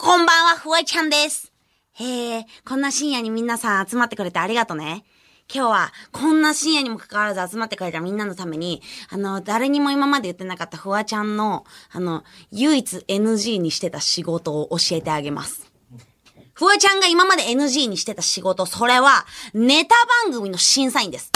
こんばんは、フワちゃんです。こんな深夜に皆さん集まってくれてありがとね。今日は、こんな深夜にもかかわらず集まってくれたみんなのために、誰にも今まで言ってなかったフワちゃんの、唯一 NG にしてた仕事を教えてあげます。フワちゃんが今まで NG にしてた仕事、それは、ネタ番組の審査員です。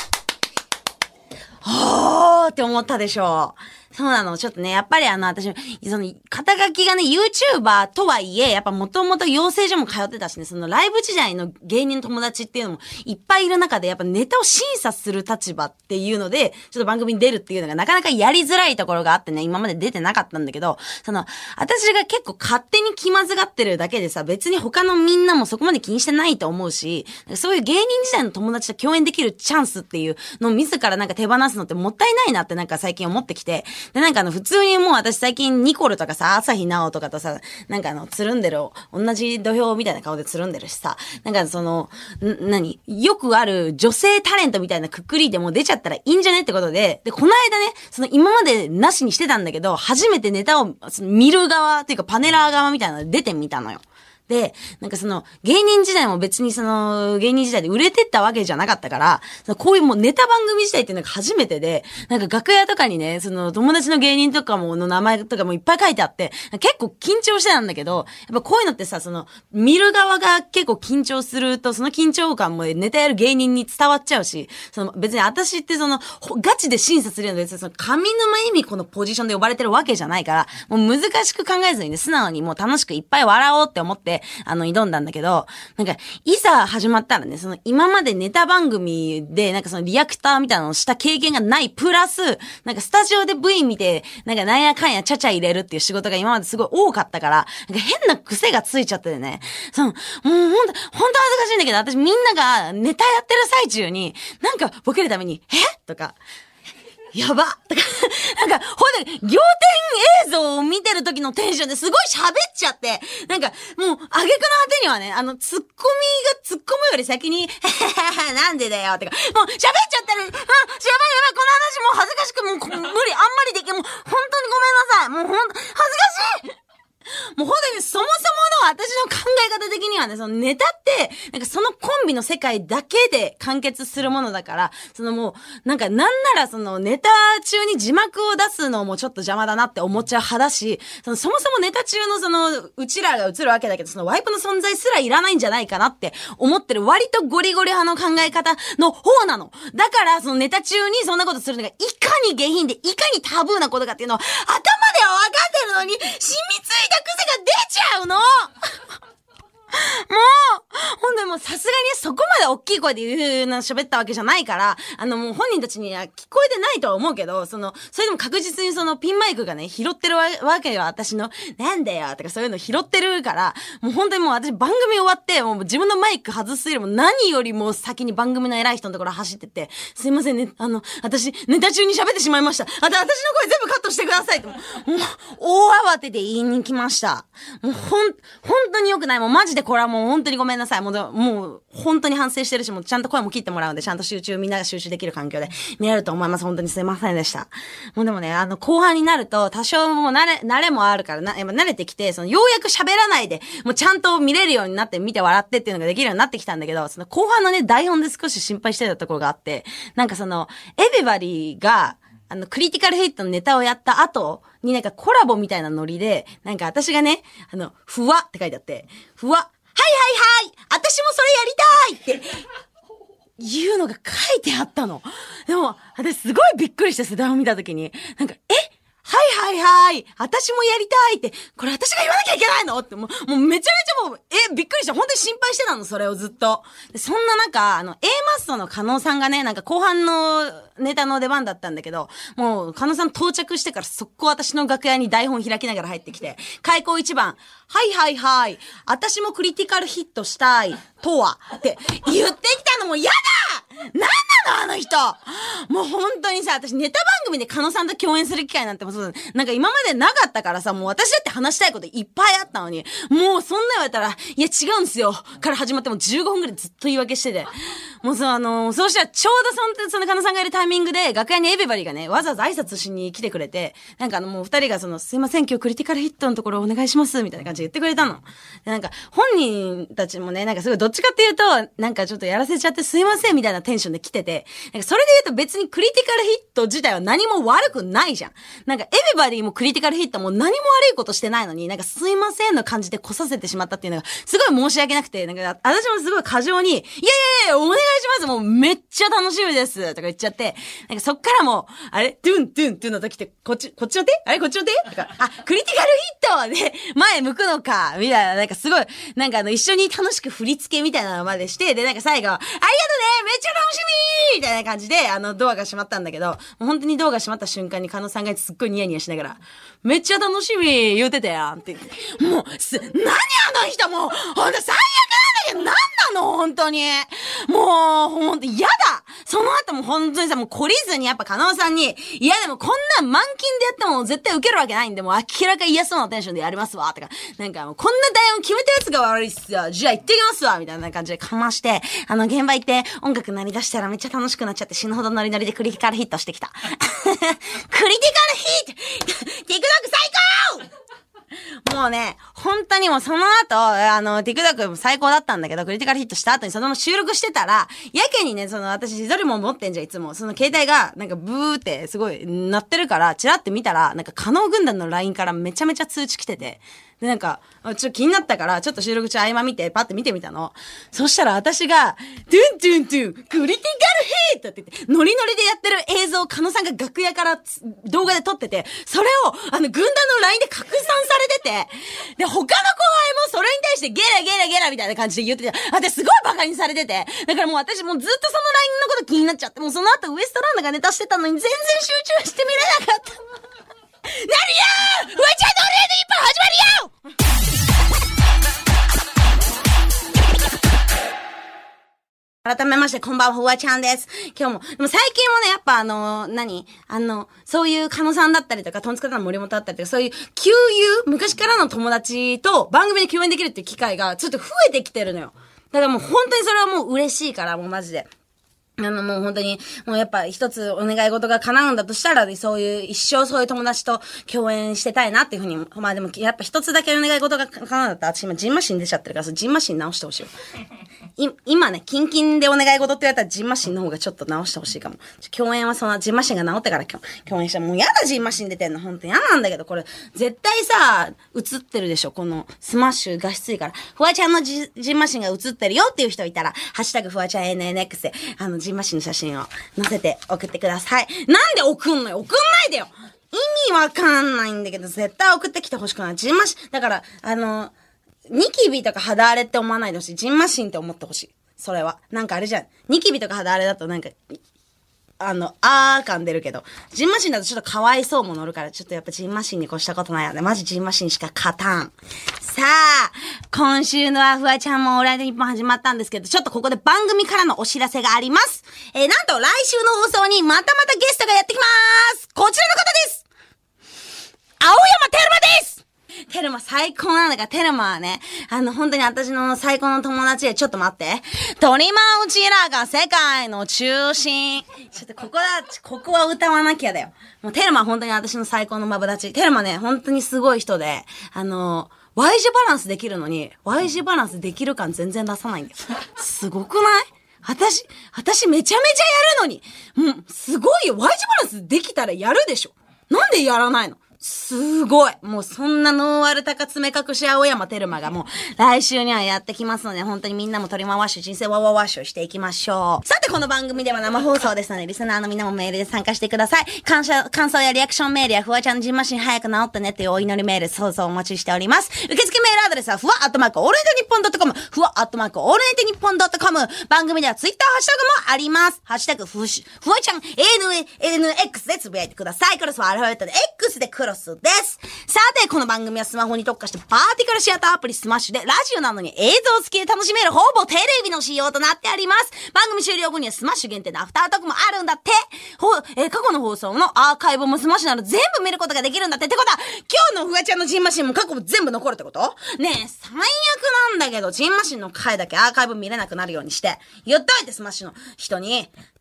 って思ったでしょう。そうなの。ちょっとね、やっぱり私、肩書きがね、YouTuber とはいえ、やっぱもともと養成所も通ってたしね、ライブ時代の芸人の友達っていうのもいっぱいいる中で、やっぱネタを審査する立場っていうので、ちょっと番組に出るっていうのがなかなかやりづらいところがあってね、今まで出てなかったんだけど、私が結構勝手に気まずがってるだけでさ、別に他のみんなもそこまで気にしてないと思うし、そういう芸人時代の友達と共演できるチャンスっていうのを自ら手放すのってもったいないなって最近思ってきて、で普通にもう私最近ニコルとかさ、朝日奈央とかとさ、つるんでる、同じ土俵みたいな顔でつるんでるしさ、よくある女性タレントみたいなくくりでも出ちゃったらいいんじゃねってことで、この間ね、今までなしにしてたんだけど、初めてネタを見る側っていうかパネラー側みたいなので出てみたのよ。で、芸人時代も別に芸人時代で売れてったわけじゃなかったから、こういうもうネタ番組時代っていうのが初めてで、楽屋とかにね、友達の芸人とかもの名前とかもいっぱい書いてあって、結構緊張してたんだけど、やっぱこういうのってさ、見る側が結構緊張すると、その緊張感もネタやる芸人に伝わっちゃうし、別に私ってガチで審査するような別に上沼恵美子のポジションで呼ばれてるわけじゃないから、もう難しく考えずにね、素直にもう楽しくいっぱい笑おうって思って、挑んだんだけど、いざ始まったらね、今までネタ番組で、リアクターみたいなのをした経験がない、プラス、スタジオで V 見て、なんやかんやちゃちゃ入れるっていう仕事が今まですごい多かったから、変な癖がついちゃってね、もうほんと恥ずかしいんだけど、私みんながネタやってる最中に、ボケるために、とか、やばとか、ほんで、仰天映像を見てる時のテンションですごい喋っちゃって、もう、挙句の果てにはね、ツッコむより先に、なんでだよとか、もう喋っちゃったら、やばい、この話もう恥ずかしく、もう無理、あんまりでき、もう、本当にごめんなさい。もう恥ずかしいもう本当にそもそもの私の考え方的にはね、ネタって、そのコンビの世界だけで完結するものだから、もう、なんならネタ中に字幕を出すのもちょっと邪魔だなって思っちゃう派だし、そもそもネタ中のうちらが映るわけだけど、ワイプの存在すらいらないんじゃないかなって思ってる割とゴリゴリ派の考え方の方なの。だから、ネタ中にそんなことするのがいかに下品で、いかにタブーなことかっていうのを頭では分かってるのに、染みついた癖が出ちゃうのもう、ほんとにもうさすがにそこまで大きい声で喋ったわけじゃないから、もう本人たちには聞こえてないとは思うけど、それでも確実にピンマイクがね、拾ってるわけよ、私の、なんだよ、とかそういうの拾ってるから、もう本当にもう私番組終わって、もう自分のマイク外すよりも何よりも先に番組の偉い人のところ走ってって、すいませんね、私、ネタ中に喋ってしまいました。私の声全部カットしてくださいって、もう、大慌てで言いに来ました。もう本当に良くない。もうマジでこれはもう本当にごめんなさい。もう本当に反省してるし、もうちゃんと声も切ってもらうんで、ちゃんとみんなが集中できる環境で見れると思います。本当にすいませんでした。もうでもね、後半になると、多少もう慣れもあるからやっぱ慣れてきて、ようやく喋らないで、もうちゃんと見れるようになって、見て笑ってっていうのができるようになってきたんだけど、後半のね、台本で少し心配してたところがあって、エビバディが、クリティカルヒットのネタをやった後にコラボみたいなノリで、私がね、ふわって書いてあって、ふわ、はい私もそれやりたいっていうのが書いてあったの。でも、私すごいびっくりして台本見たときに、はい私もやりたいって、これ私が言わなきゃいけないのって、もうめちゃめちゃびっくりした。本当に心配してたの、それをずっと。でそんなA マッソの加納さんがね、後半のネタの出番だったんだけど、もう加納さん到着してから速攻私の楽屋に台本開きながら入ってきて、開口一番、はい私もクリティカルヒットしたいとはって言ってきたのもやだなんなのあの人もう本当にさ、私ネタ番組で加納さんと共演する機会なんてもそう今までなかったからさ、もう私だって話したいこといっぱいあったのに、もうそんな言われたら、いや違うんすよから始まっても15分くらいずっと言い訳してて、 もうそうしたらちょうどそのカノさんがいるタイミングで、楽屋にエビバリーがね、わざわざ挨拶しに来てくれて、なんかもう二人がすいません、今日クリティカルヒットのところお願いします、みたいな感じで言ってくれたの。でなんか、本人たちもね、なんかすごいどっちかっていうと、なんかちょっとやらせちゃってすいません、みたいなテンションで来てて、なんかそれで言うと別にクリティカルヒット自体は何も悪くないじゃん。なんかエビバリーもクリティカルヒットも何も悪いことしてないのに、なんかすいませんの感じで来させてしまったっていうのが、すごい申し訳なくて、なんか私もすごい過剰に、いや、お願いします、もうめっちゃ楽しみです、とか言っちゃって、なんかそっからもう、あれドゥンドゥンドゥンの時って、こっちの手あれこっちの手とか、クリティカルヒットで前向くのか、みたいな、なんかすごい、なんか一緒に楽しく振り付けみたいなのまでして、で、なんか最後、ありがとうねめっちゃ楽しみみたいな感じで、ドアが閉まったんだけど、もう本当にドアが閉まった瞬間に加納さんがすっごいニヤニヤしながら、めっちゃ楽しみ言うてたやんって。もう、何あの人もう、ほんと最悪なんだけど、なんなの本当に。もう、ほんと、嫌だその後も本当にさ、もう懲りずにやっぱ加納さんに、いやでもこんなん満勤でやっても絶対受けるわけないんで、もう明らか嫌そうなテンションでやりますわ、とか、なんかもうこんな台本決めたやつが悪いっすよ。じゃあ行ってきますわ、みたいな感じでかまして、現場行って音楽鳴り出したらめっちゃ楽しくなっちゃって死ぬほどノリノリでクリティカルヒットしてきた。クリティカルヒットTikTok 最高もうね、本当にもうその後、TikTok 最高だったんだけど、クリティカルヒットした後にそのまま収録してたら、やけにね、私自撮りも持ってんじゃん、いつも。その携帯が、なんかブーってすごい鳴ってるから、チラって見たら、なんか加納軍団の LINE からめちゃめちゃ通知来てて、で、なんか、ちょっと気になったから、ちょっと収録中合間見て、パッて見てみたの。そしたら私が、ドゥンドゥンドゥン、クリティカルヒットって言って、ノリノリでやってる映像を加納さんが楽屋から動画で撮ってて、それを、軍団の LINE で拡散されてて、で、他の後輩もそれに対してゲラゲラゲラみたいな感じで言ってて、私すごいバカにされてて、だからもう私もうずっとその LINE のこと気になっちゃって、もうその後ウエストランドがネタしてたのに全然集中して見れなかった。なるよーフワちゃんの俺で一本始まるよ改めまして、こんばんは、フワちゃんです。今日も、でも最近もね、やっぱそういう加納さんだったりとか、トンツカタンの森本だったりとか、そういう旧友、昔からの友達と番組で共演できるっていう機会がちょっと増えてきてるのよ。だからもう本当にそれはもう嬉しいから、もうマジで。もう本当に、もうやっぱ一つお願い事が叶うんだとしたら、そういう、一生そういう友達と共演してたいなっていうふうに、まあでもやっぱ一つだけお願い事が叶うんだったら、私今ジンマシン出ちゃってるから、ジンマシン直してほしいよ。今ね、キンキンでお願い事って言われたらジンマシンの方がちょっと直してほしいかも。共演はそんなジンマシンが直ってから共演したら、もうやだジンマシン出てんの、本当に嫌なんだけど、これ、絶対さ、映ってるでしょ、このスマッシュ画質いいから。フワちゃんのジンマシンが映ってるよっていう人いたら、ハッシュタグフワちゃん NNX で、ジンマシンの写真を載せて送ってください。なんで送んのよ送んないでよ意味わかんないんだけど、絶対送ってきてほしくない。ジンマシン、だから、ニキビとか肌荒れって思わないでほしい。ジンマシンって思ってほしい。それは。なんかあれじゃん。ニキビとか肌荒れだとなんか、感出るけど、ジンマシンだとちょっとかわいそうも乗るから、ちょっとやっぱジンマシンに越したことないよね。マジジンマシンしか勝たん。さあ、今週のフワちゃんもオーライドニッポン始まったんですけど、ちょっとここで番組からのお知らせがあります。なんと来週の放送にまたまたゲストがやってきます。こちらの方です。青山テルマです。テルマ最高なんだから、テルマはね、本当に私の最高の友達で、ちょっと待って。鳥間うちらが世界の中心。ちょっとここは歌わなきゃだよ。もうテルマは本当に私の最高のマブダチ。テルマね、本当にすごい人で、Y 字バランスできるのに、Y 字バランスできる感全然出さないんだよ。すごくない私めちゃめちゃやるのに。すごいよ。Y 字バランスできたらやるでしょ。なんでやらないの？すごい。もうそんなノーアル高爪隠し青山テルマがもう来週にはやってきますので、本当にみんなもトリマワッシュ、人生ワワワッシュしていきましょう。さてこの番組では生放送ですので、リスナーのみんなもメールで参加してください。感想やリアクションメールやフワちゃんのジンマシン早く治ってねっていうお祈りメール、そうそうお待ちしております。受付メールアドレスはふわ@オールナイトニッポン.com、ふわ@オールナイトニッポン.com。番組ではツイッターハッシュタグもあります。ハッシュタグふわちゃん ANX でつぶやいてください。クロスはアルファベットで X でクロスです。さて、この番組はスマホに特化してバーティカルシアターアプリスマッシュでラジオなのに映像付きで楽しめるほぼテレビの仕様となっております。番組終了後にはスマッシュ限定のアフタートークもあるんだって。過去の放送のアーカイブもスマッシュなど全部見ることができるんだって。ってことは、今日のフワちゃんのジンマシンも過去も全部残るってこと？ ねえ、最悪なんだけど、チンマシンの回だけアーカイブ見れなくなるようにして、言っといてスマッシュの人に、